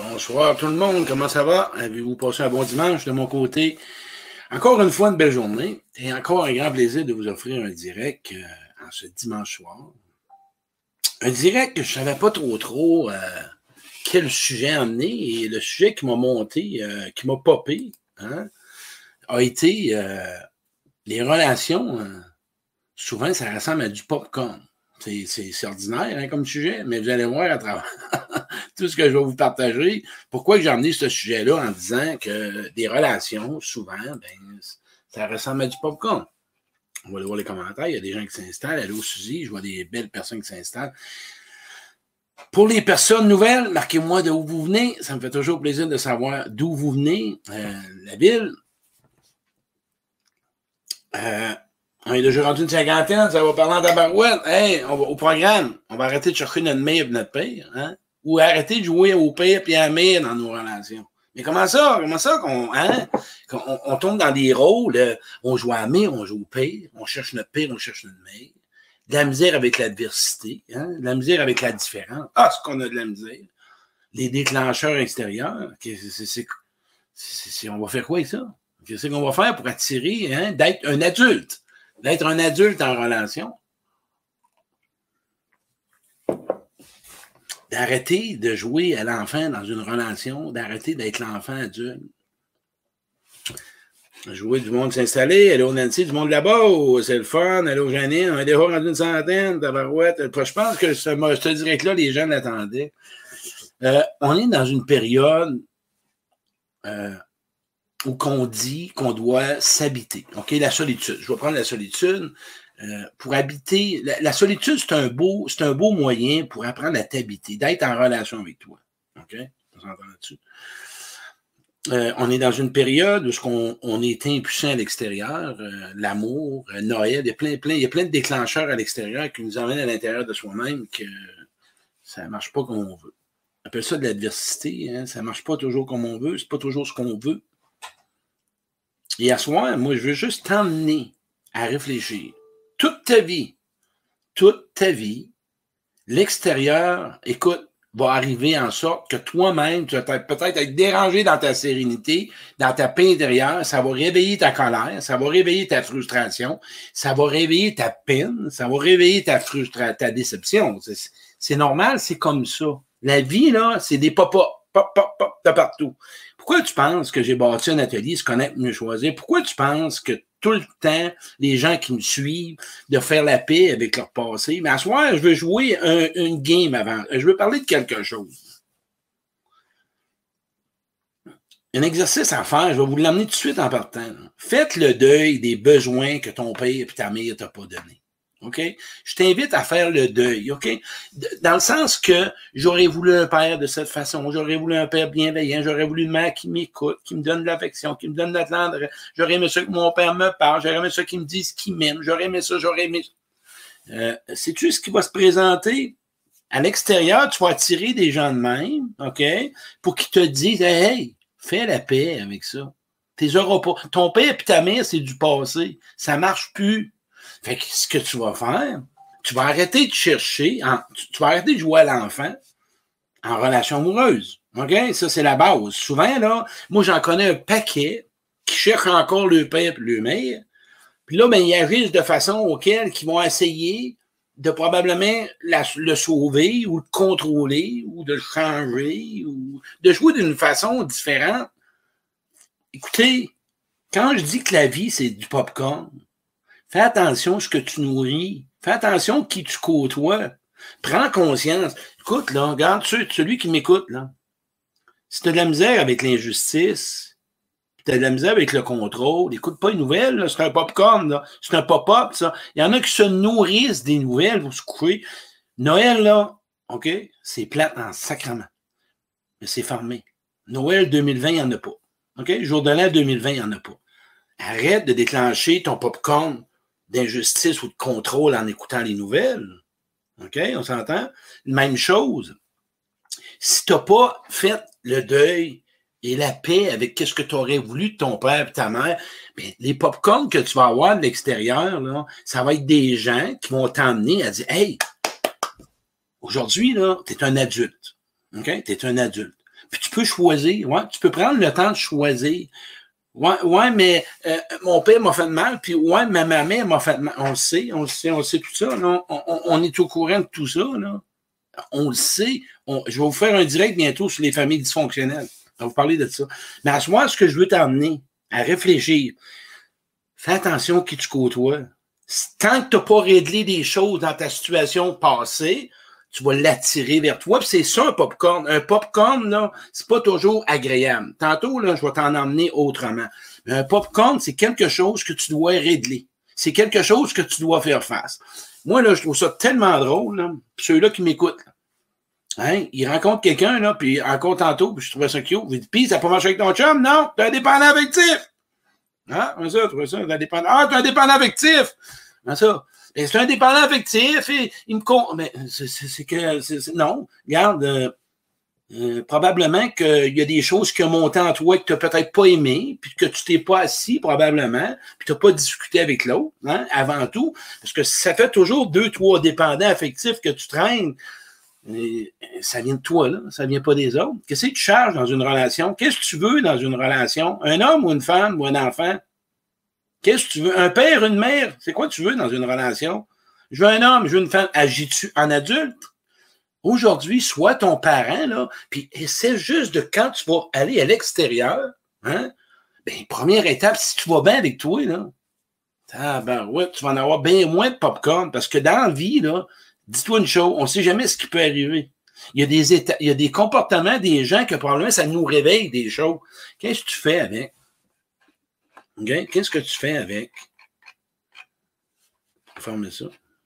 Bonsoir tout le monde, comment ça va? Avez-vous passé un bon dimanche de mon côté? Encore une fois, une belle journée et encore un grand plaisir de vous offrir un direct en ce dimanche soir. Un direct que je ne savais pas trop quel sujet emmener et le sujet qui m'a monté, qui m'a popé, a été les relations. Souvent, ça ressemble à du popcorn. C'est ordinaire comme sujet, mais vous allez voir à travers tout ce que je vais vous partager, pourquoi j'ai emmené ce sujet-là en disant que des relations, souvent, ça ressemble à du popcorn. On va aller voir les commentaires, il y a des gens qui s'installent. Allô, Suzy, je vois des belles personnes qui s'installent. Pour les personnes nouvelles, marquez-moi d'où vous venez. Ça me fait toujours plaisir de savoir d'où vous venez, la ville. On est déjà rendu une cinquantaine, ça va parler en tabarouette. Hey, on va au programme. On va arrêter de chercher notre mère et notre père, ou arrêter de jouer au père et à la mère dans nos relations. Mais comment ça qu'on tombe dans des rôles, on joue à la mère, on joue au père, on cherche notre père, on cherche notre mère. De la misère avec l'adversité, de la misère avec la différence. Ah, ce qu'on a de la misère. Les déclencheurs extérieurs, on va faire quoi avec ça? Qu'est-ce qu'on va faire pour attirer, d'être un adulte? D'être un adulte en relation. D'arrêter de jouer à l'enfant dans une relation, d'arrêter d'être l'enfant adulte. Jouer du monde s'installer, allô Nancy, du monde là-bas, c'est le fun, allô Janine, on est déjà rendu une centaine, tabarouette. Je pense que ce direct-là, les gens l'attendaient. On est dans une période où qu'on dit qu'on doit s'habiter. OK, la solitude. Je vais prendre la solitude. Pour habiter, la solitude, c'est un beau moyen pour apprendre à t'habiter, d'être en relation avec toi. OK? On s'entend là-dessus. On est dans une période où on est impuissant à l'extérieur, l'amour, Noël, il y a plein de déclencheurs à l'extérieur qui nous emmènent à l'intérieur de soi-même que ça ne marche pas comme on veut. On appelle ça de l'adversité, ça ne marche pas toujours comme on veut, c'est pas toujours ce qu'on veut. Et à soir, moi, je veux juste t'emmener à réfléchir. Toute ta vie, l'extérieur, écoute, va arriver en sorte que toi-même, tu vas peut-être être dérangé dans ta sérénité, dans ta paix intérieure, ça va réveiller ta colère, ça va réveiller ta frustration, ça va réveiller ta peine, ça va réveiller ta déception. C'est normal, c'est comme ça. La vie, là, c'est des pop de partout. Pourquoi tu penses que j'ai bâti un atelier, se connaître, mieux choisir? Pourquoi tu penses que tout le temps, les gens qui me suivent, de faire la paix avec leur passé? Mais à ce soir, je veux jouer une game avant. Je veux parler de quelque chose. Un exercice à faire, je vais vous l'amener tout de suite en partant. Faites le deuil des besoins que ton père et ta mère ne t'ont pas donnés. OK? Je t'invite à faire le deuil, OK? Dans le sens que j'aurais voulu un père de cette façon, j'aurais voulu un père bienveillant, j'aurais voulu une mère qui m'écoute, qui me donne de l'affection, qui me donne de la tendresse, j'aurais aimé ça que mon père me parle, j'aurais aimé ça qu'il me dise qu'il m'aime, j'aurais aimé ça. Sais-tu ce qui va se présenter? À l'extérieur, tu vas attirer des gens de même, OK? Pour qu'ils te disent, hey, fais la paix avec ça. T'es auras pas. Ton père et ta mère, c'est du passé. Ça marche plus. Fait que ce que tu vas faire, tu vas arrêter de chercher, tu vas arrêter de jouer à l'enfant en relation amoureuse. OK? Ça, c'est la base. Souvent, là, moi, j'en connais un paquet qui cherchent encore le père et le mère. Puis là, ils agissent de façon auquel ils vont essayer de probablement le sauver ou le contrôler ou de le changer ou de jouer d'une façon différente. Écoutez, quand je dis que la vie, c'est du popcorn, fais attention à ce que tu nourris. Fais attention à qui tu côtoies. Prends conscience. Écoute, là, regarde celui qui m'écoute, là. Si tu as de la misère avec l'injustice, tu as de la misère avec le contrôle, écoute pas les nouvelles, là, c'est un popcorn, là. C'est un pop-up, ça. Il y en a qui se nourrissent des nouvelles pour se coucher. Noël, là, OK, c'est plate en sacrement. Mais c'est fermé. Noël 2020, il n'y en a pas. OK? Jour de l'an 2020, il n'y en a pas. Arrête de déclencher ton popcorn d'injustice ou de contrôle en écoutant les nouvelles. OK? On s'entend? Même chose. Si tu n'as pas fait le deuil et la paix avec qu'est-ce que tu aurais voulu de ton père et ta mère, bien, les popcorns que tu vas avoir de l'extérieur, là, ça va être des gens qui vont t'emmener à dire, hey, aujourd'hui, là, tu es un adulte. OK? Tu es un adulte. Puis tu peux choisir. Ouais, tu peux prendre le temps de choisir. Ouais, mais mon père m'a fait de mal, puis ouais, ma maman m'a fait de mal. On le sait tout ça. Là. On est au courant de tout ça. Là. On le sait. Je vais vous faire un direct bientôt sur les familles dysfonctionnelles. On va vous parler de ça. Mais à ce moment, ce que je veux t'emmener à réfléchir, fais attention à qui tu côtoies. Tant que tu n'as pas réglé des choses dans ta situation passée, tu vas l'attirer vers toi. Puis c'est ça un popcorn. Un popcorn, là, c'est pas toujours agréable. Tantôt, là, je vais t'en emmener autrement. Mais un popcorn, c'est quelque chose que tu dois régler. C'est quelque chose que tu dois faire face. Moi, là, je trouve ça tellement drôle, là. Puis ceux-là qui m'écoutent, là. Hein? Ils rencontrent quelqu'un, là, puis encore tantôt, puis je trouvais ça cute. Je dis, puis, ça n'a pas marché avec ton chum? Non, t'es un dépendant affectif. Ah, ça, tu vois ça, t'es un dépendant. Ah, t'es un dépendant affectif. Ah, ça. Et c'est un dépendant affectif et il me compte. Mais non, regarde, probablement qu'il y a des choses qui ont monté en toi que tu n'as peut-être pas aimé, puis que tu t'es pas assis probablement, puis tu n'as pas discuté avec l'autre, hein, avant tout, parce que ça fait toujours 2, 3 dépendants affectifs que tu traînes. Et ça vient de toi, là, ça vient pas des autres. Qu'est-ce que tu cherches dans une relation? Qu'est-ce que tu veux dans une relation? Un homme ou une femme ou un enfant? Qu'est-ce que tu veux? Un père, une mère? C'est quoi tu veux dans une relation? Je veux un homme, je veux une femme. Agis-tu en adulte? Aujourd'hui, sois ton parent, là, puis essaie juste de quand tu vas aller à l'extérieur, hein? Ben, première étape, si tu vas bien avec toi, là, ouais, tu vas en avoir bien moins de popcorn, parce que dans la vie, là, dis-toi une chose, on ne sait jamais ce qui peut arriver. Il y a des états, il y a des comportements des gens que probablement ça nous réveille des choses. Qu'est-ce que tu fais avec? Okay? Qu'est-ce que tu fais avec? Ferme ça.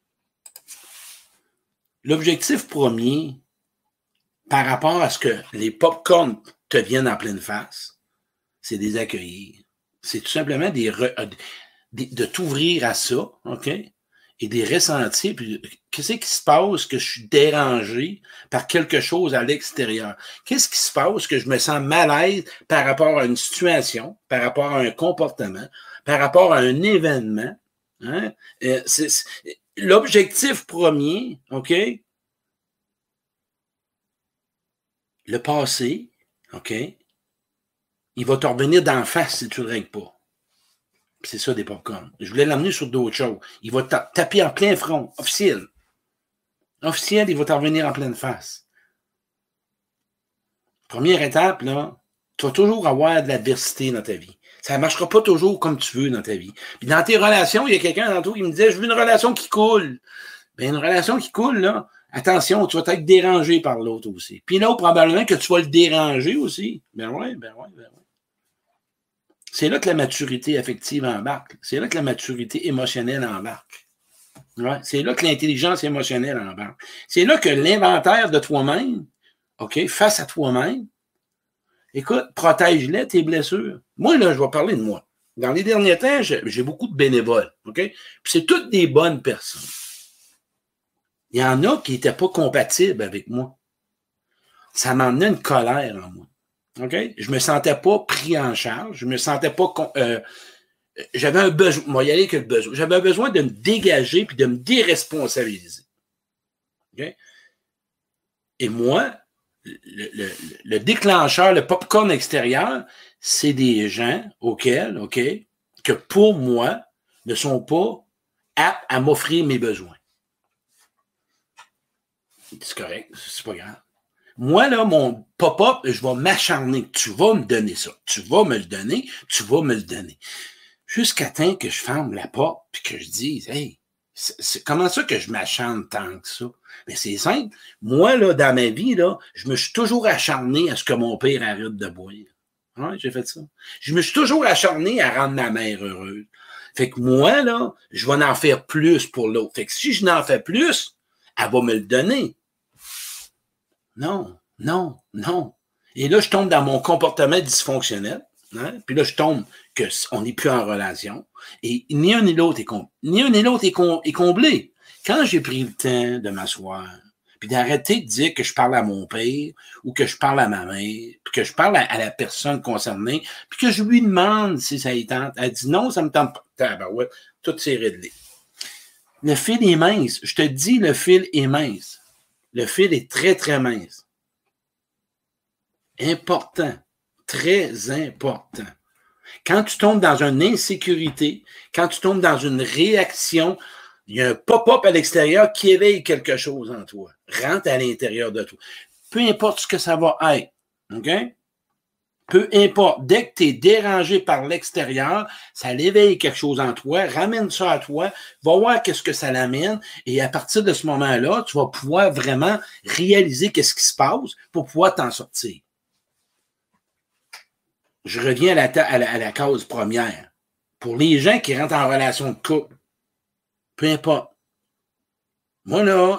L'objectif premier, par rapport à ce que les popcorns te viennent en pleine face, c'est de les accueillir. C'est tout simplement de t'ouvrir à ça, OK? Et des ressentir, puis qu'est-ce qui se passe que je suis dérangé par quelque chose à l'extérieur? Qu'est-ce qui se passe que je me sens mal à l'aise par rapport à une situation, par rapport à un comportement, par rapport à un événement? Hein? L'objectif premier, OK? Le passé, OK? Il va te revenir d'en face si tu ne le règles pas. C'est ça des popcorns. Je voulais l'amener sur d'autres choses. Il va taper en plein front, officiel. Officiel, il va t'en revenir en pleine face. Première étape, là, tu vas toujours avoir de l'adversité dans ta vie. Ça ne marchera pas toujours comme tu veux dans ta vie. Puis dans tes relations, il y a quelqu'un dans toi qui me disait, je veux une relation qui coule. Bien, une relation qui coule, là, attention, tu vas être dérangé par l'autre aussi. Puis là, probablement que tu vas le déranger aussi. Ben oui. C'est là que la maturité affective embarque. C'est là que la maturité émotionnelle embarque. Ouais, c'est là que l'intelligence émotionnelle embarque. C'est là que l'inventaire de toi-même, OK, face à toi-même, écoute, protège-les tes blessures. Moi, là, je vais parler de moi. Dans les derniers temps, j'ai beaucoup de bénévoles, OK? Puis c'est toutes des bonnes personnes. Il y en a qui n'étaient pas compatibles avec moi. Ça m'emmenait une colère en moi. OK? Je me sentais pas pris en charge. Je me sentais pas... j'avais un besoin. Moi, il y allait que le besoin. J'avais besoin de me dégager puis de me déresponsabiliser. OK? Et moi, le déclencheur, le popcorn extérieur, c'est des gens auxquels, OK, que pour moi, ne sont pas aptes à m'offrir mes besoins. C'est correct, c'est pas grave. Moi, là, mon pop-up, je vais m'acharner. Tu vas me donner ça. Tu vas me le donner. Tu vas me le donner. Jusqu'à temps que je ferme la porte puis que je dise, hey, c'est comment ça que je m'acharne tant que ça? Mais c'est simple. Moi, là, dans ma vie, là, je me suis toujours acharné à ce que mon père arrête de boire. Ouais, j'ai fait ça. Je me suis toujours acharné à rendre ma mère heureuse. Fait que moi, là, je vais en faire plus pour l'autre. Fait que si je n'en fais plus, elle va me le donner. Non. Et là, je tombe dans mon comportement dysfonctionnel. Hein? Puis là, je tombe qu'on n'est plus en relation. Et ni un ni l'autre est comblé. Quand j'ai pris le temps de m'asseoir, puis d'arrêter de dire que je parle à mon père, ou que je parle à ma mère, puis que je parle à la personne concernée, puis que je lui demande si ça y tente. Elle dit non, ça me tente pas. Ben ouais, tout s'est réglé. Le fil est mince. Je te dis, le fil est mince. Le fil est très, très mince. Important. Très important. Quand tu tombes dans une insécurité, quand tu tombes dans une réaction, il y a un pop-up à l'extérieur qui éveille quelque chose en toi. Rentre à l'intérieur de toi. Peu importe ce que ça va être. OK? Peu importe. Dès que tu es dérangé par l'extérieur, ça l'éveille quelque chose en toi, ramène ça à toi, va voir qu'est-ce que ça l'amène, et à partir de ce moment-là, tu vas pouvoir vraiment réaliser qu'est-ce qui se passe pour pouvoir t'en sortir. Je reviens à la cause première. Pour les gens qui rentrent en relation de couple, peu importe. Moi, là,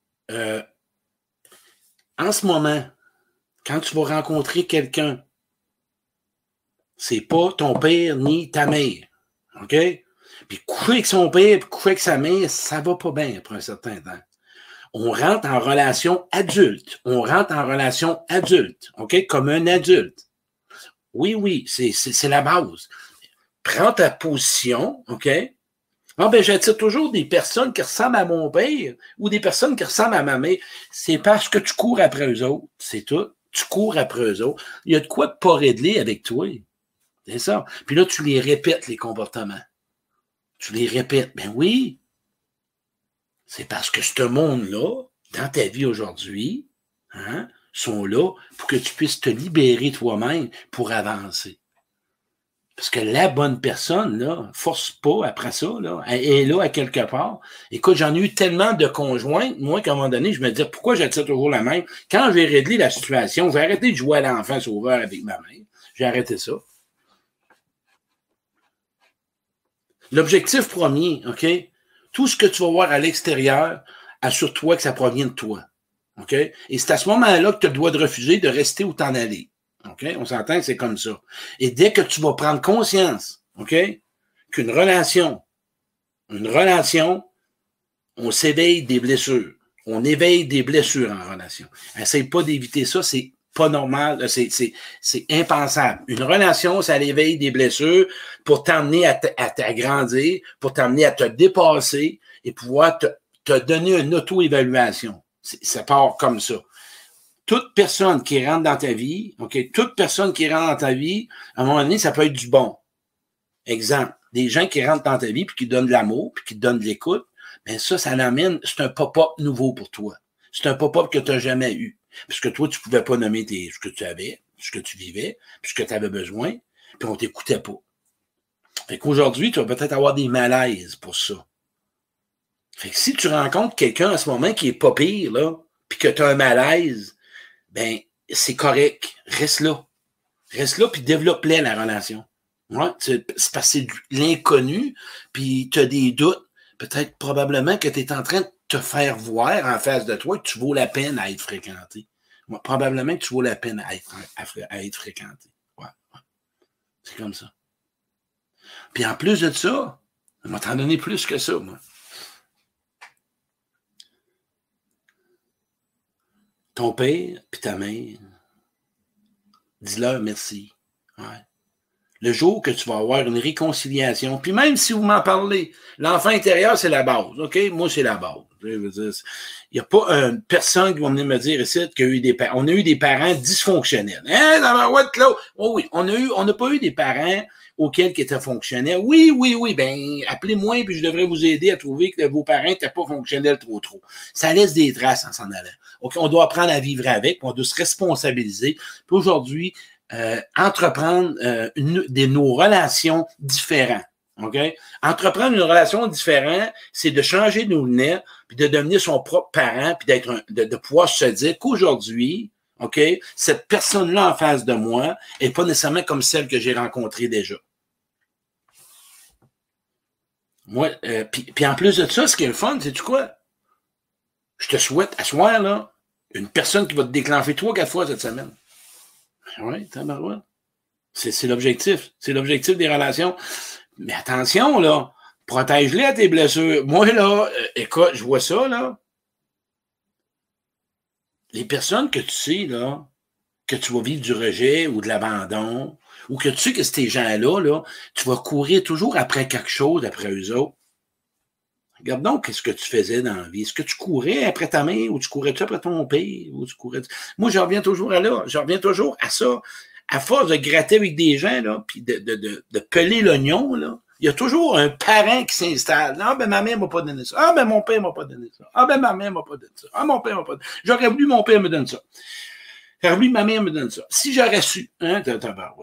en ce moment, quand tu vas rencontrer quelqu'un, c'est pas ton père ni ta mère. OK? Puis coucher avec son père, puis coucher avec sa mère, ça va pas bien après un certain temps. On rentre en relation adulte. On rentre en relation adulte. OK? Comme un adulte. Oui, c'est la base. Prends ta position, OK? Ah ben, j'attire toujours des personnes qui ressemblent à mon père ou des personnes qui ressemblent à ma mère. C'est parce que tu cours après eux autres. C'est tout. Tu cours après eux autres. Il y a de quoi pas régler avec toi. C'est ça. Puis là, tu les répètes, les comportements. Tu les répètes. Ben oui. C'est parce que ce monde-là, dans ta vie aujourd'hui, hein, sont là pour que tu puisses te libérer toi-même pour avancer. Parce que la bonne personne, là, force pas après ça, là, elle est là à quelque part. Écoute, j'en ai eu tellement de conjointes, moi, qu'à un moment donné, je me disais, pourquoi j'attire toujours la même? Quand j'ai réglé la situation, j'ai arrêté de jouer à l'enfant sauveur avec ma mère. J'ai arrêté ça. L'objectif premier, OK? Tout ce que tu vas voir à l'extérieur, assure-toi que ça provient de toi. OK? Et c'est à ce moment-là que tu dois te refuser de rester ou t'en aller. OK? On s'entend que c'est comme ça. Et dès que tu vas prendre conscience, OK? Qu'une relation, on s'éveille des blessures. On éveille des blessures en relation. Essaye pas d'éviter ça, c'est pas normal, c'est impensable. Une relation, ça l'éveille des blessures pour t'amener à t'agrandir, pour t'amener à te dépasser et pouvoir te donner une auto-évaluation. Ça part comme ça. Toute personne qui rentre dans ta vie, OK, toute personne qui rentre dans ta vie, à un moment donné, ça peut être du bon. Exemple, des gens qui rentrent dans ta vie puis qui donnent de l'amour puis qui te donnent de l'écoute, bien ça l'amène, c'est un pop-up nouveau pour toi. C'est un pop-up que tu n'as jamais eu. Puisque toi, tu ne pouvais pas nommer ce que tu avais, ce que tu vivais, ce que tu avais besoin, puis on ne t'écoutait pas. Fait qu'aujourd'hui, tu vas peut-être avoir des malaises pour ça. Fait que si tu rencontres quelqu'un à ce moment qui est pas pire, là, puis que tu as un malaise, ben c'est correct. Reste là. Reste là, puis développe-la la relation. Ouais, c'est parce que c'est l'inconnu, puis tu as des doutes. Peut-être probablement que tu es en train de te faire voir en face de toi que tu vaux la peine à être fréquenté. Ouais, probablement que tu vaux la peine à être fréquenté. Ouais. C'est comme ça. Puis en plus de ça, je vais t'en donner plus que ça, moi. Ton père puis ta mère, dis-leur merci. Ouais. Le jour que tu vas avoir une réconciliation, puis même si vous m'en parlez, l'enfant intérieur, c'est la base, OK? Moi, c'est la base. Il n'y a pas une personne qui va venir me dire ici qu'il y a eu des parents. On a eu des parents dysfonctionnels. Hein? Oh oui, on n'a pas eu des parents auxquels qui étaient fonctionnels. Oui, ben, appelez-moi, puis je devrais vous aider à trouver que vos parents n'étaient pas fonctionnels trop. Ça laisse des traces en s'en allant. OK, on doit apprendre à vivre avec, on doit se responsabiliser. Puis aujourd'hui, entreprendre nos relations différentes. OK? Entreprendre une relation différente, c'est de changer nos lunettes, puis de devenir son propre parent, puis de pouvoir se dire qu'aujourd'hui, OK, cette personne-là en face de moi n'est pas nécessairement comme celle que j'ai rencontrée déjà. Moi, puis en plus de ça, ce qui est le fun, c'est-tu quoi? Je te souhaite, à ce soir, là, une personne qui va te déclencher 3-4 fois cette semaine. Oui, tabarouette. C'est l'objectif. C'est l'objectif des relations. Mais attention, là, protège-les à tes blessures. Moi, là, écoute, je vois ça, là. Les personnes que tu sais, là, que tu vas vivre du rejet ou de l'abandon, ou que tu sais que ces gens-là, là, tu vas courir toujours après quelque chose, après eux autres. Regarde donc qu'est-ce que tu faisais dans la vie. Est-ce que tu courais après ta mère ou tu courais-tu après ton père? Ou tu courais... Moi, je reviens toujours à là. Je reviens toujours à ça. À force de gratter avec des gens, là, puis de peler l'oignon, là, il y a toujours un parent qui s'installe. Ah, ben, ma mère m'a pas donné ça. Ah, ben, mon père m'a pas donné ça. Ah, ben, ma mère m'a pas donné ça. Ah, mon père m'a pas donné ça. J'aurais voulu mon père me donne ça. J'aurais voulu ma mère me donne ça. Si j'aurais su, hein, ouais.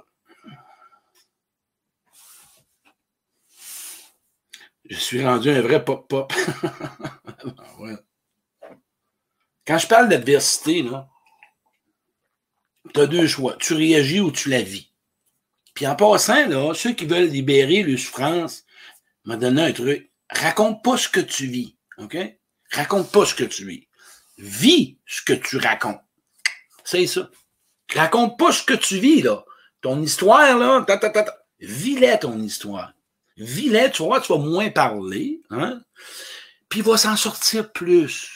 Je suis rendu un vrai pop-pop. Ouais. Quand je parle d'adversité, là, tu as deux choix. Tu réagis ou tu la vis. Puis en passant, là, ceux qui veulent libérer leur souffrance, m'a donné un truc. Raconte pas ce que tu vis. OK? Raconte pas ce que tu vis. Vis ce que tu racontes. C'est ça. Raconte pas ce que tu vis, là. Ton histoire, là, vis-la ton histoire. Vis-la, tu vois, tu vas moins parler, hein? Puis il va s'en sortir plus.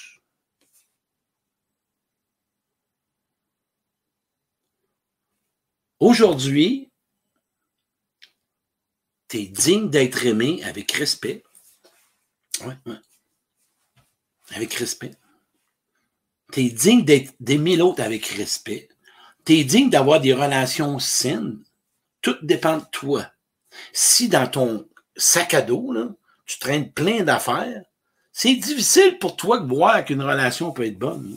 Aujourd'hui, tu es digne d'être aimé avec respect. Ouais, ouais. Avec respect. Tu es digne d'aimer l'autre avec respect. Tu es digne d'avoir des relations saines. Tout dépend de toi. Si dans ton sac à dos, là, tu traînes plein d'affaires, c'est difficile pour toi de voir qu'une relation peut être bonne.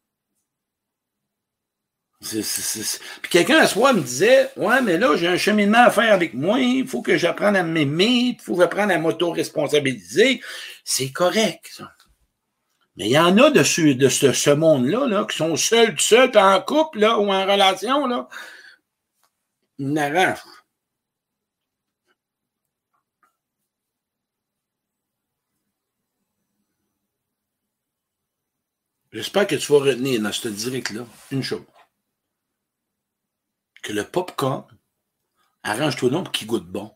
Puis quelqu'un à soi me disait, ouais, mais là, j'ai un cheminement à faire avec moi, il faut que j'apprenne à m'aimer, il faut que j'apprenne à m'auto-responsabiliser. C'est correct, ça. Mais il y en a de ce monde-là, là, qui sont seuls, en couple, là, ou en relation, là. Narrant. J'espère que tu vas retenir dans ce direct-là une chose. Que le popcorn, arrange-toi donc pour qu'il goûte bon.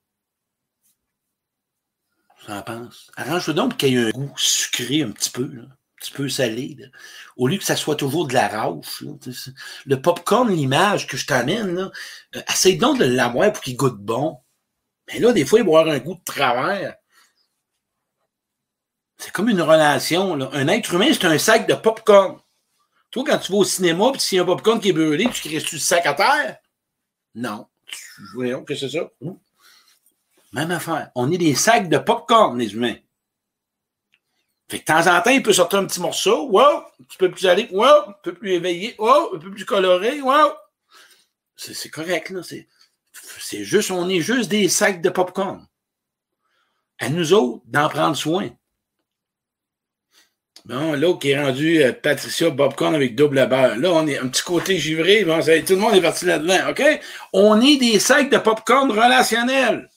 Ça en pense. Arrange-toi donc pour qu'il y ait un goût sucré un petit peu, là. Un petit peu salé, là. Au lieu que ça soit toujours de la rauche. Là. Le popcorn, l'image que je t'amène, là, essaye donc de l'avoir pour qu'il goûte bon. Mais là, des fois, il va avoir un goût de travers. C'est comme une relation. Là. Un être humain, c'est un sac de popcorn. Toi, quand tu vas au cinéma et s'il y a un popcorn qui est brûlé, tu crées-tu le sac à terre? Non. Voyons, qu'est-ce que c'est ça? Même affaire. On est des sacs de popcorn, les humains. Fait que de temps en temps, il peut sortir un petit morceau. Wow! Tu peux plus aller. Wow! Un peu plus éveillé. Wow! Un peu plus coloré. Wow! C'est correct, là. C'est juste, on est juste des sacs de popcorn. À nous autres, d'en prendre soin. Bon, l'autre qui est rendu Patricia Popcorn avec double beurre. Là, on est un petit côté givré. Bon, tout le monde est parti là-dedans, OK? On est des sacs de popcorn relationnels.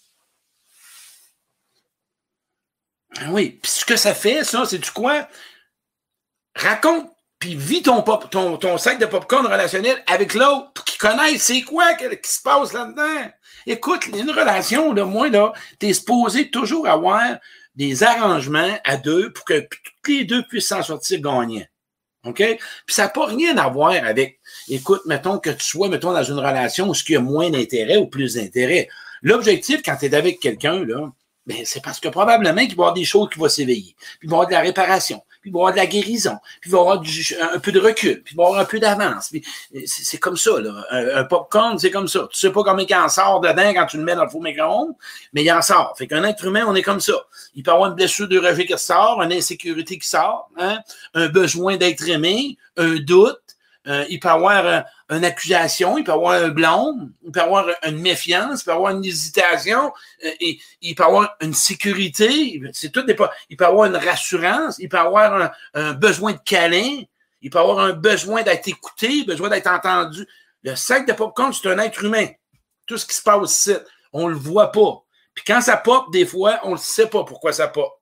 Ah oui. Puis ce que ça fait, ça, c'est du quoi? Raconte, puis vis ton sac de popcorn relationnel avec l'autre pour qu'il connaisse c'est quoi qui se passe là-dedans. Écoute, une relation, là, moi, là, t'es supposé toujours avoir des arrangements à deux pour que tous les deux puissent s'en sortir gagnants. OK? Puis ça n'a pas rien à voir avec, écoute, mettons que tu sois, mettons, dans une relation où il y a moins d'intérêt ou plus d'intérêt. L'objectif, quand tu es avec quelqu'un, là, ben, c'est parce que probablement qu'il va y avoir des choses qui vont s'éveiller. Puis il va y avoir de la réparation. Puis il va y avoir de la guérison. Puis il va y avoir un peu de recul. Puis il va y avoir un peu d'avance. Puis c'est comme ça, là. Un popcorn, c'est comme ça. Tu sais pas combien il en sort dedans quand tu le mets dans le four micro-ondes, mais il en sort. Fait qu'un être humain, on est comme ça. Il peut y avoir une blessure de rejet qui sort, une insécurité qui sort, hein? Un besoin d'être aimé, un doute. Il peut y avoir une accusation, il peut y avoir un blâme, il peut y avoir une méfiance, il peut y avoir une hésitation, et il peut y avoir une sécurité, c'est tout des pas. Il peut y avoir une rassurance, il peut y avoir un besoin de câlin, il peut y avoir un besoin d'être écouté, besoin d'être entendu. Le sac de popcorn, c'est un être humain. Tout ce qui se passe ici, on le voit pas. Puis quand ça pop, des fois, on ne sait pas pourquoi ça pop.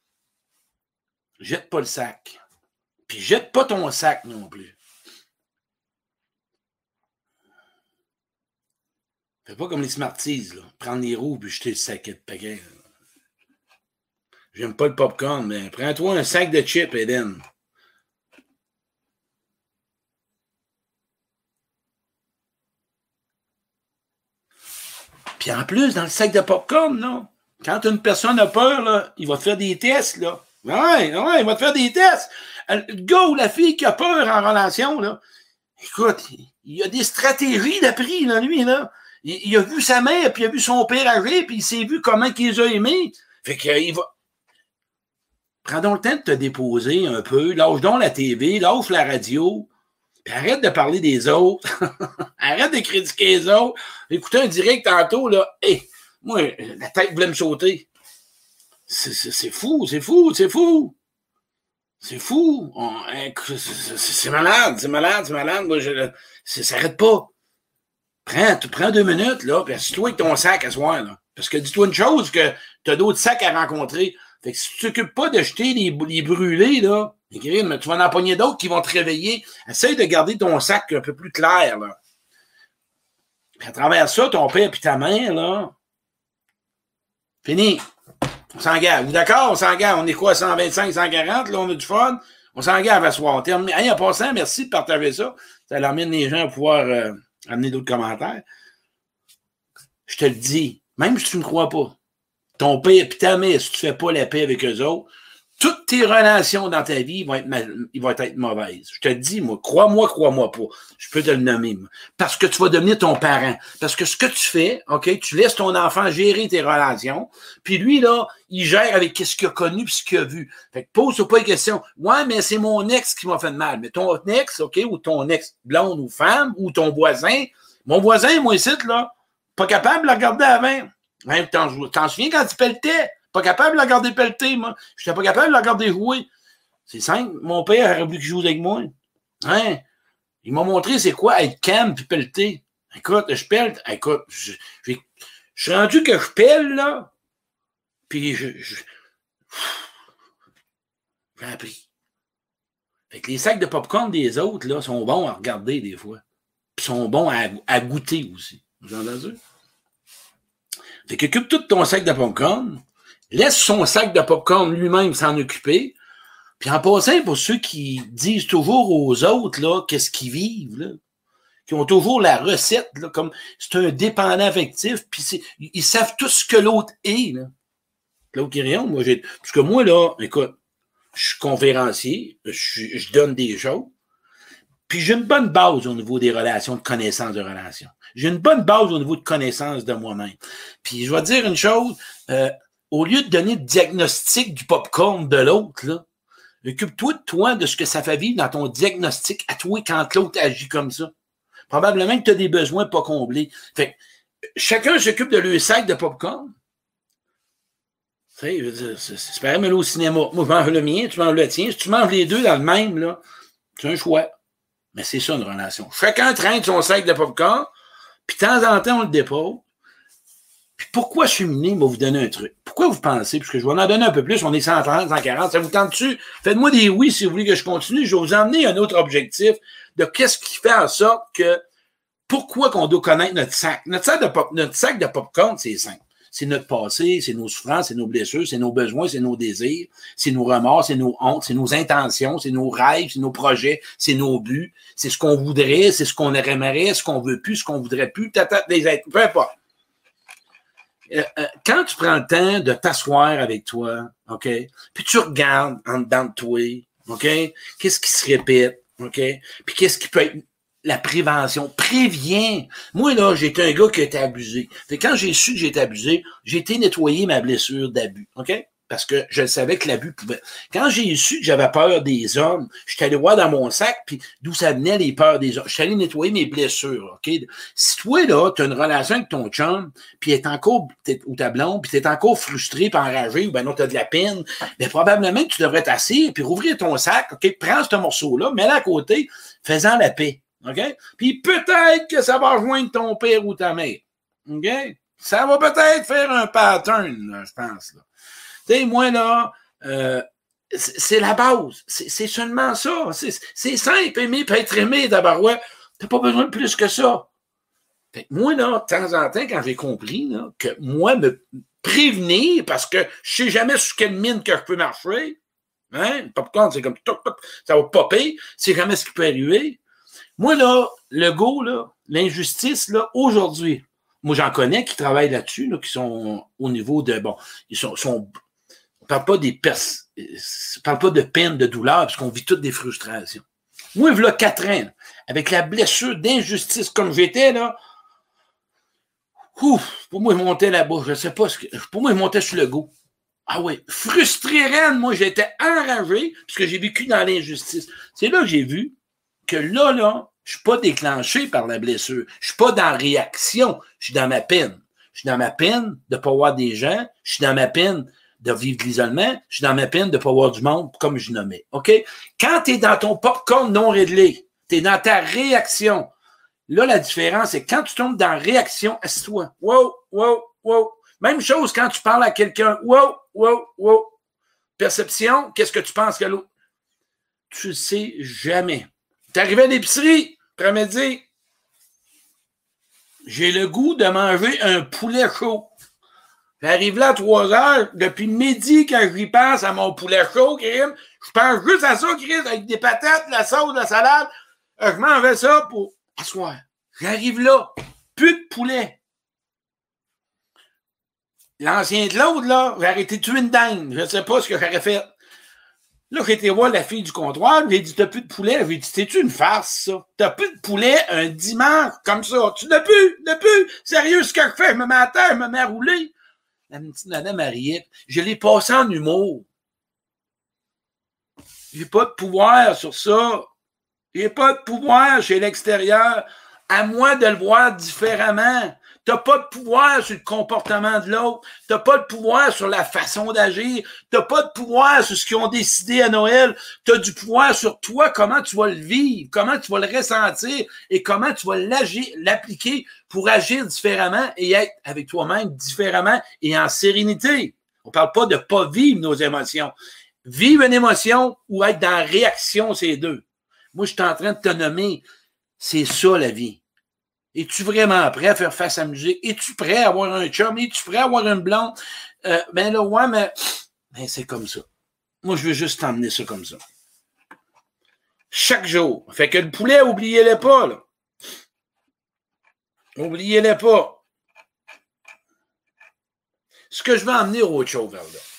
Jette pas le sac. Puis jette pas ton sac non plus. Fais pas comme les Smarties, là. Prendre les roues puis jeter le sac de paquet. J'aime pas le popcorn, mais prends-toi un sac de chips, Eden. Puis en plus, dans le sac de popcorn, là, Quand une personne a peur, là, il va te faire des tests, là. Ouais, il va te faire des tests. Le gars ou la fille qui a peur en relation, là, écoute, il a des stratégies d'appris, là, lui, là. Il a vu sa mère, puis il a vu son père agir, puis il s'est vu comment il les a aimés. Fait qu'il va... Prends donc le temps de te déposer un peu, lâche donc la TV, lâche la radio, puis arrête de parler des autres, arrête de critiquer les autres. Écoutez un direct tantôt, là, moi, la tête voulait me sauter. C'est fou, c'est fou, c'est fou. C'est fou. C'est malade, c'est malade, c'est malade. Moi, ça s'arrête pas. Prends 2 minutes, là, puis assis-toi avec ton sac à soir, là. Parce que dis-toi une chose, que tu as d'autres sacs à rencontrer. Fait que si tu t'occupes pas de jeter les brûlés, là, tu vas en empoigner d'autres qui vont te réveiller. Essaye de garder ton sac un peu plus clair, là. Puis à travers ça, ton père et ta mère, là, fini. On s'engage. Vous d'accord? On s'engage. On est quoi, 125, 140? Là, on a du fun. On s'engage à soir. En passant, merci de partager ça. Ça amène les gens à pouvoir amener d'autres commentaires. Je te le dis, même si tu ne me crois pas, ton père et ta mère, si tu ne fais pas la paix avec eux autres, toutes tes relations dans ta vie vont être mauvaises. Je te le dis, moi, crois-moi pas. Je peux te le nommer. Moi. Parce que tu vas devenir ton parent. Parce que ce que tu fais, OK, tu laisses ton enfant gérer tes relations, puis lui, là, il gère avec ce qu'il a connu et ce qu'il a vu. Fait que pose-toi pas une question. Ouais, mais c'est mon ex qui m'a fait de mal. Mais ton ex, OK, ou ton ex blonde ou femme, ou ton voisin, mon voisin, moi, ici, là, pas capable de la regarder avant. Même, t'en souviens quand tu pelletais? Pas capable de la garder pelleter, moi. Je n'étais pas capable de la garder jouer. C'est simple. Mon père aurait voulu qu'il joue avec moi. Hein? Il m'a montré c'est quoi être calme puis pelleter. Écoute, je pelle. Écoute, je suis rendu que je pelle, là. Puis j'ai appris. Fait que les sacs de popcorn des autres, là, sont bons à regarder des fois. Puis sont bons à goûter aussi. Vous avez entendu? Fait que occupe tout ton sac de popcorn. Laisse son sac de popcorn lui-même s'en occuper. Puis en passant, pour ceux qui disent toujours aux autres là, qu'est-ce qu'ils vivent, là, qui ont toujours la recette, là, comme c'est un dépendant affectif, puis ils savent tout ce que l'autre est. Là. Claude Quirion, parce que moi, là, écoute, je suis conférencier, je donne des choses, puis j'ai une bonne base au niveau des relations, de connaissance de relations. J'ai une bonne base au niveau de connaissance de moi-même. Puis je vais te dire une chose, au lieu de donner le diagnostic du popcorn de l'autre, là, occupe-toi de toi, de ce que ça fait vivre dans ton diagnostic à toi quand l'autre agit comme ça. Probablement que tu as des besoins pas comblés. Fait que chacun s'occupe de leur sac de popcorn. Tu sais, je veux dire, c'est pareil, mais là, au cinéma. Moi, je mange le mien, tu manges le tien. Si tu manges les deux dans le même, là, c'est un choix. Mais c'est ça, une relation. Chacun traîne son sac de popcorn, puis de temps en temps, on le dépose. Puis pourquoi cheminer? Je vais vous donner un truc. Pourquoi vous pensez? Parce que je vais en donner un peu plus. On est 130, 140. Ça vous tente-tu? Faites-moi des oui si vous voulez que je continue. Je vais vous emmener un autre objectif de qu'est-ce qui fait en sorte que pourquoi qu'on doit connaître notre sac. Notre sac de popcorn, c'est simple. C'est notre passé, c'est nos souffrances, c'est nos blessures, c'est nos besoins, c'est nos désirs, c'est nos remords, c'est nos hontes, c'est nos intentions, c'est nos rêves, c'est nos projets, c'est nos buts, c'est ce qu'on voudrait, c'est ce qu'on aimerait, ce qu'on veut plus, ce qu'on voudrait plus, peu importe. Quand tu prends le temps de t'asseoir avec toi, OK, puis tu regardes en dedans de toi, OK, qu'est-ce qui se répète, OK, puis qu'est-ce qui peut être la prévention, préviens. Moi, là, j'étais un gars qui a été abusé. Fait que quand j'ai su que j'étais abusé, j'ai été nettoyer ma blessure d'abus, OK? Parce que je savais que l'abus pouvait... Quand j'ai su que j'avais peur des hommes, je suis allé voir dans mon sac, puis d'où ça venait les peurs des hommes. Je suis allé nettoyer mes blessures, OK? Si toi, là, tu as une relation avec ton chum, puis ou ta blonde, puis tu es encore frustré, puis enragé, ou ben non, tu as de la peine, bien probablement que tu devrais t'asseoir, puis rouvrir ton sac, OK? Prends ce morceau-là, mets-le à côté, fais-en la paix, OK? Puis peut-être que ça va rejoindre ton père ou ta mère, OK? Ça va peut-être faire un pattern, là, je pense, là. Tu sais, moi, là, c'est la base. C'est seulement ça. C'est simple, aimer puis être aimé, d'abord. T'as pas besoin de plus que ça. Fait que moi, là, de temps en temps, quand j'ai compris là, que moi, me prévenir, parce que je sais jamais sur quelle mine que je peux marcher, hein, le popcorn, c'est comme ça va popper, c'est jamais ce qui peut arriver. Moi, là, le go, là, l'injustice, là, aujourd'hui, Moi, j'en connais qui travaillent là-dessus, là, qui sont au niveau de, bon, on parle pas on parle pas de peine, de douleur, parce qu'on vit toutes des frustrations. Moi, il y a 4 ans, avec la blessure d'injustice comme j'étais, là, pour moi, il montait là-bas, je sais pas pour moi, il montait sur le go. Ah oui, frustré, reine, moi, j'étais enragé, puisque j'ai vécu dans l'injustice. C'est là que j'ai vu que là, je suis pas déclenché par la blessure. Je suis pas dans la réaction. Je suis dans ma peine. Je suis dans ma peine de pas voir des gens. Je suis dans ma peine de vivre de l'isolement. Je suis dans ma peine de pas voir du monde, comme je nommais. OK? Quand tu es dans ton popcorn non réglé, tu es dans ta réaction. Là, la différence, c'est quand tu tombes dans la réaction, assis-toi. Wow, wow, wow. Même chose quand tu parles à quelqu'un. Wow, wow, wow. Perception, qu'est-ce que tu penses que l'autre? Tu le sais jamais. T'es arrivé à l'épicerie, après-midi, j'ai le goût de manger un poulet chaud. J'arrive là à 3 heures, depuis midi, quand j'y pense à mon poulet chaud, Krim, je pense juste à ça, Chris, avec des patates, la sauce, la salade. Je mangeais ça pour asseoir. J'arrive là, plus de poulet. L'ancien de l'autre, là, j'ai arrêté de tuer une dinde. Je ne sais pas ce que j'aurais fait. Là, j'ai été voir la fille du comptoir, j'ai dit, t'as plus de poulet? J'ai dit, t'es-tu une farce, ça? T'as plus de poulet un dimanche, comme ça. Tu n'as plus, Sérieux, ce que je fais, je me mets à terre, je me mets à rouler. La petite madame Ariette, je l'ai passé en humour. J'ai pas de pouvoir sur ça. J'ai pas de pouvoir chez l'extérieur. À moi de le voir différemment. T'as pas de pouvoir sur le comportement de l'autre. T'as pas de pouvoir sur la façon d'agir. T'as pas de pouvoir sur ce qu'ils ont décidé à Noël. T'as du pouvoir sur toi, comment tu vas le vivre, comment tu vas le ressentir et comment tu vas l'appliquer pour agir différemment et être avec toi-même différemment et en sérénité. On parle pas de pas vivre nos émotions. Vivre une émotion ou être dans la réaction, c'est deux. Moi, je suis en train de te nommer, c'est ça la vie. Es-tu vraiment prêt à faire face à la musique? Es-tu prêt à avoir un chum? Es-tu prêt à avoir une blonde? Ben là, ouais, mais c'est comme ça. Moi, je veux juste t'emmener ça comme ça. Chaque jour. Fait que le poulet, oubliez-le pas, là. Oubliez-le pas. Ce que je veux emmener autre chose vers là.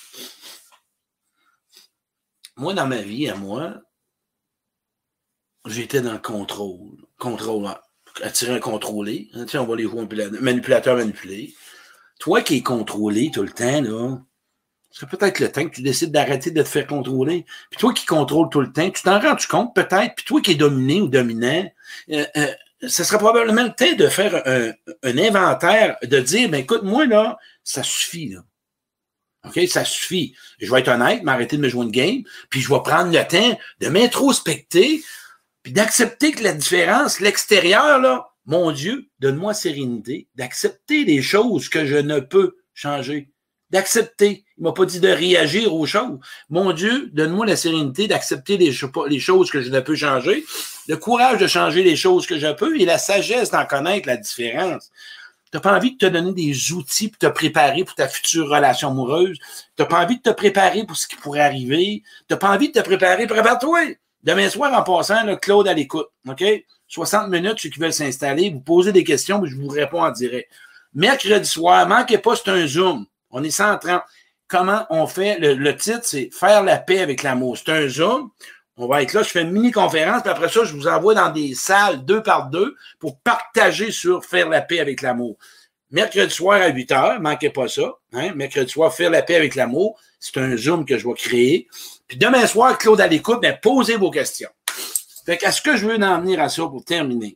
Moi, dans ma vie, à moi, j'étais dans le contrôle. Contrôle, attirer un contrôlé. Hein, on va les jouer manipulateur manipulé. Toi qui es contrôlé tout le temps, là, c'est peut-être le temps que tu décides d'arrêter de te faire contrôler. Puis toi qui contrôles tout le temps, tu t'en rends-tu compte peut-être? Puis toi qui es dominé ou dominant, ça serait probablement le temps de faire un inventaire, de dire, ben écoute, moi, là, ça suffit, là. OK, ça suffit. Je vais être honnête, m'arrêter de me jouer une game, puis je vais prendre le temps de m'introspecter, puis d'accepter que la différence, l'extérieur, là, mon Dieu, donne-moi sérénité, d'accepter les choses que je ne peux changer, d'accepter. Il m'a pas dit de réagir aux choses. Mon Dieu, donne-moi la sérénité d'accepter les choses que je ne peux changer, le courage de changer les choses que je peux et la sagesse d'en connaître la différence. Tu n'as pas envie de te donner des outils pour te préparer pour ta future relation amoureuse. Tu n'as pas envie de te préparer pour ce qui pourrait arriver. Tu n'as pas envie de te préparer. Prépare-toi. Demain soir, en passant, là, Claude à l'écoute. OK? 60 minutes, ceux qui veulent s'installer, vous posez des questions, puis je vous réponds en direct. Mercredi soir, manquez pas, c'est un Zoom. On est 130. Comment on fait? Le titre, c'est « Faire la paix avec l'amour ». C'est un Zoom. On va être là, je fais une mini-conférence, puis après ça, je vous envoie dans des salles 2 par 2 pour partager sur faire la paix avec l'amour. Mercredi soir à 8 heures, manquez pas ça. Hein? Mercredi soir, faire la paix avec l'amour. C'est un Zoom que je vais créer. Puis demain soir, Claude à l'écoute, ben, posez vos questions. Fait qu'est-ce que je veux en venir à ça pour terminer?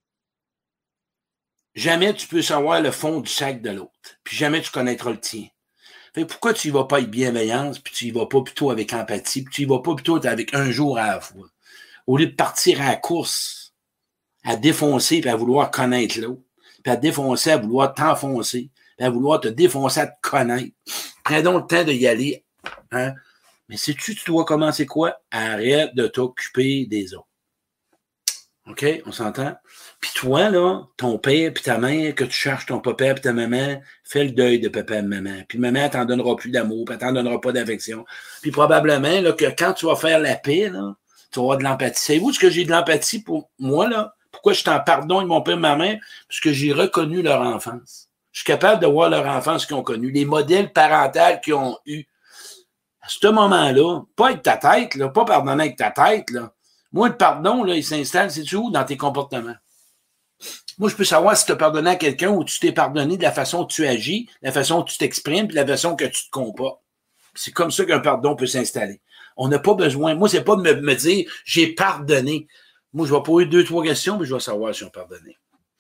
Jamais tu peux savoir le fond du sac de l'autre. Puis jamais tu connaîtras le tien. Fait que pourquoi tu y vas pas avec bienveillance, puis tu y vas pas plutôt avec empathie, puis tu y vas pas plutôt avec un jour à la fois? Au lieu de partir à la course, à défoncer, puis à vouloir connaître l'autre, puis à défoncer, à vouloir t'enfoncer, puis à vouloir te défoncer à te connaître. Prends donc le temps d'y aller. Hein? Mais sais-tu, tu dois commencer quoi? Arrête de t'occuper des autres. OK? On s'entend? Puis toi, là, ton père puis ta mère, que tu cherches ton papa puis ta maman, fais le deuil de papa et de maman. Puis maman, elle t'en donnera plus d'amour, puis elle t'en donnera pas d'affection. Puis probablement, là, que quand tu vas faire la paix, là, tu vas avoir de l'empathie. Savez-vous ce que j'ai de l'empathie pour moi, là? Pourquoi je t'en pardonne, mon père et ma mère? Parce que j'ai reconnu leur enfance. Je suis capable de voir leur enfance qu'ils ont connue, les modèles parentaux qu'ils ont eus. À ce moment-là, pas avec ta tête, là, pas pardonner avec ta tête, là. Moi, le pardon, là, il s'installe, c'est où? Dans tes comportements. Moi, je peux savoir si tu as pardonné à quelqu'un ou tu t'es pardonné de la façon que tu agis, de la façon que tu t'exprimes, puis de la façon que tu te comportes. C'est comme ça qu'un pardon peut s'installer. On n'a pas besoin. Moi, c'est pas de me dire j'ai pardonné. Moi, je vais poser 2-3 questions, puis je vais savoir si on a pardonné.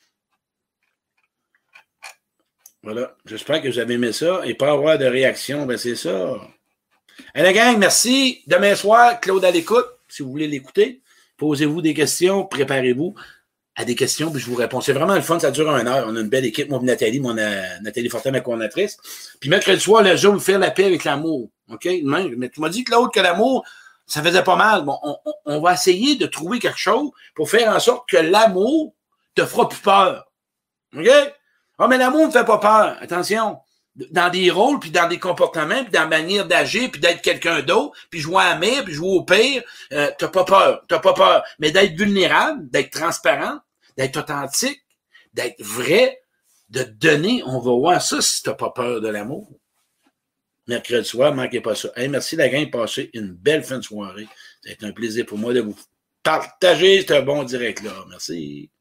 Voilà. J'espère que vous avez aimé ça. Et pas avoir de réaction, ben c'est ça. Hey, la gang, merci. Demain soir, Claude à l'écoute, si vous voulez l'écouter. Posez-vous des questions, préparez-vous à des questions, puis je vous réponds. C'est vraiment le fun, ça dure 1 heure. On a une belle équipe, moi et Nathalie, Nathalie Fortin, ma coordinatrice. Puis mercredi soir, le Zoom, faire la paix avec l'amour. OK? Mais tu m'as dit, Claude, que l'amour, ça faisait pas mal. Bon, on va essayer de trouver quelque chose pour faire en sorte que l'amour te fera plus peur. OK? Ah, mais l'amour ne fait pas peur. Attention. Dans des rôles, puis dans des comportements, puis dans la manière d'agir, puis d'être quelqu'un d'autre, puis jouer à mer, puis jouer au pire, t'as pas peur. T'as pas peur. Mais d'être vulnérable, d'être transparent, d'être authentique, d'être vrai, de te donner, on va voir ça si t'as pas peur de l'amour. Mercredi soir, manquez pas ça. Hey, merci la gang, passez une belle fin de soirée. Ça a été un plaisir pour moi de vous partager ce bon direct-là. Merci.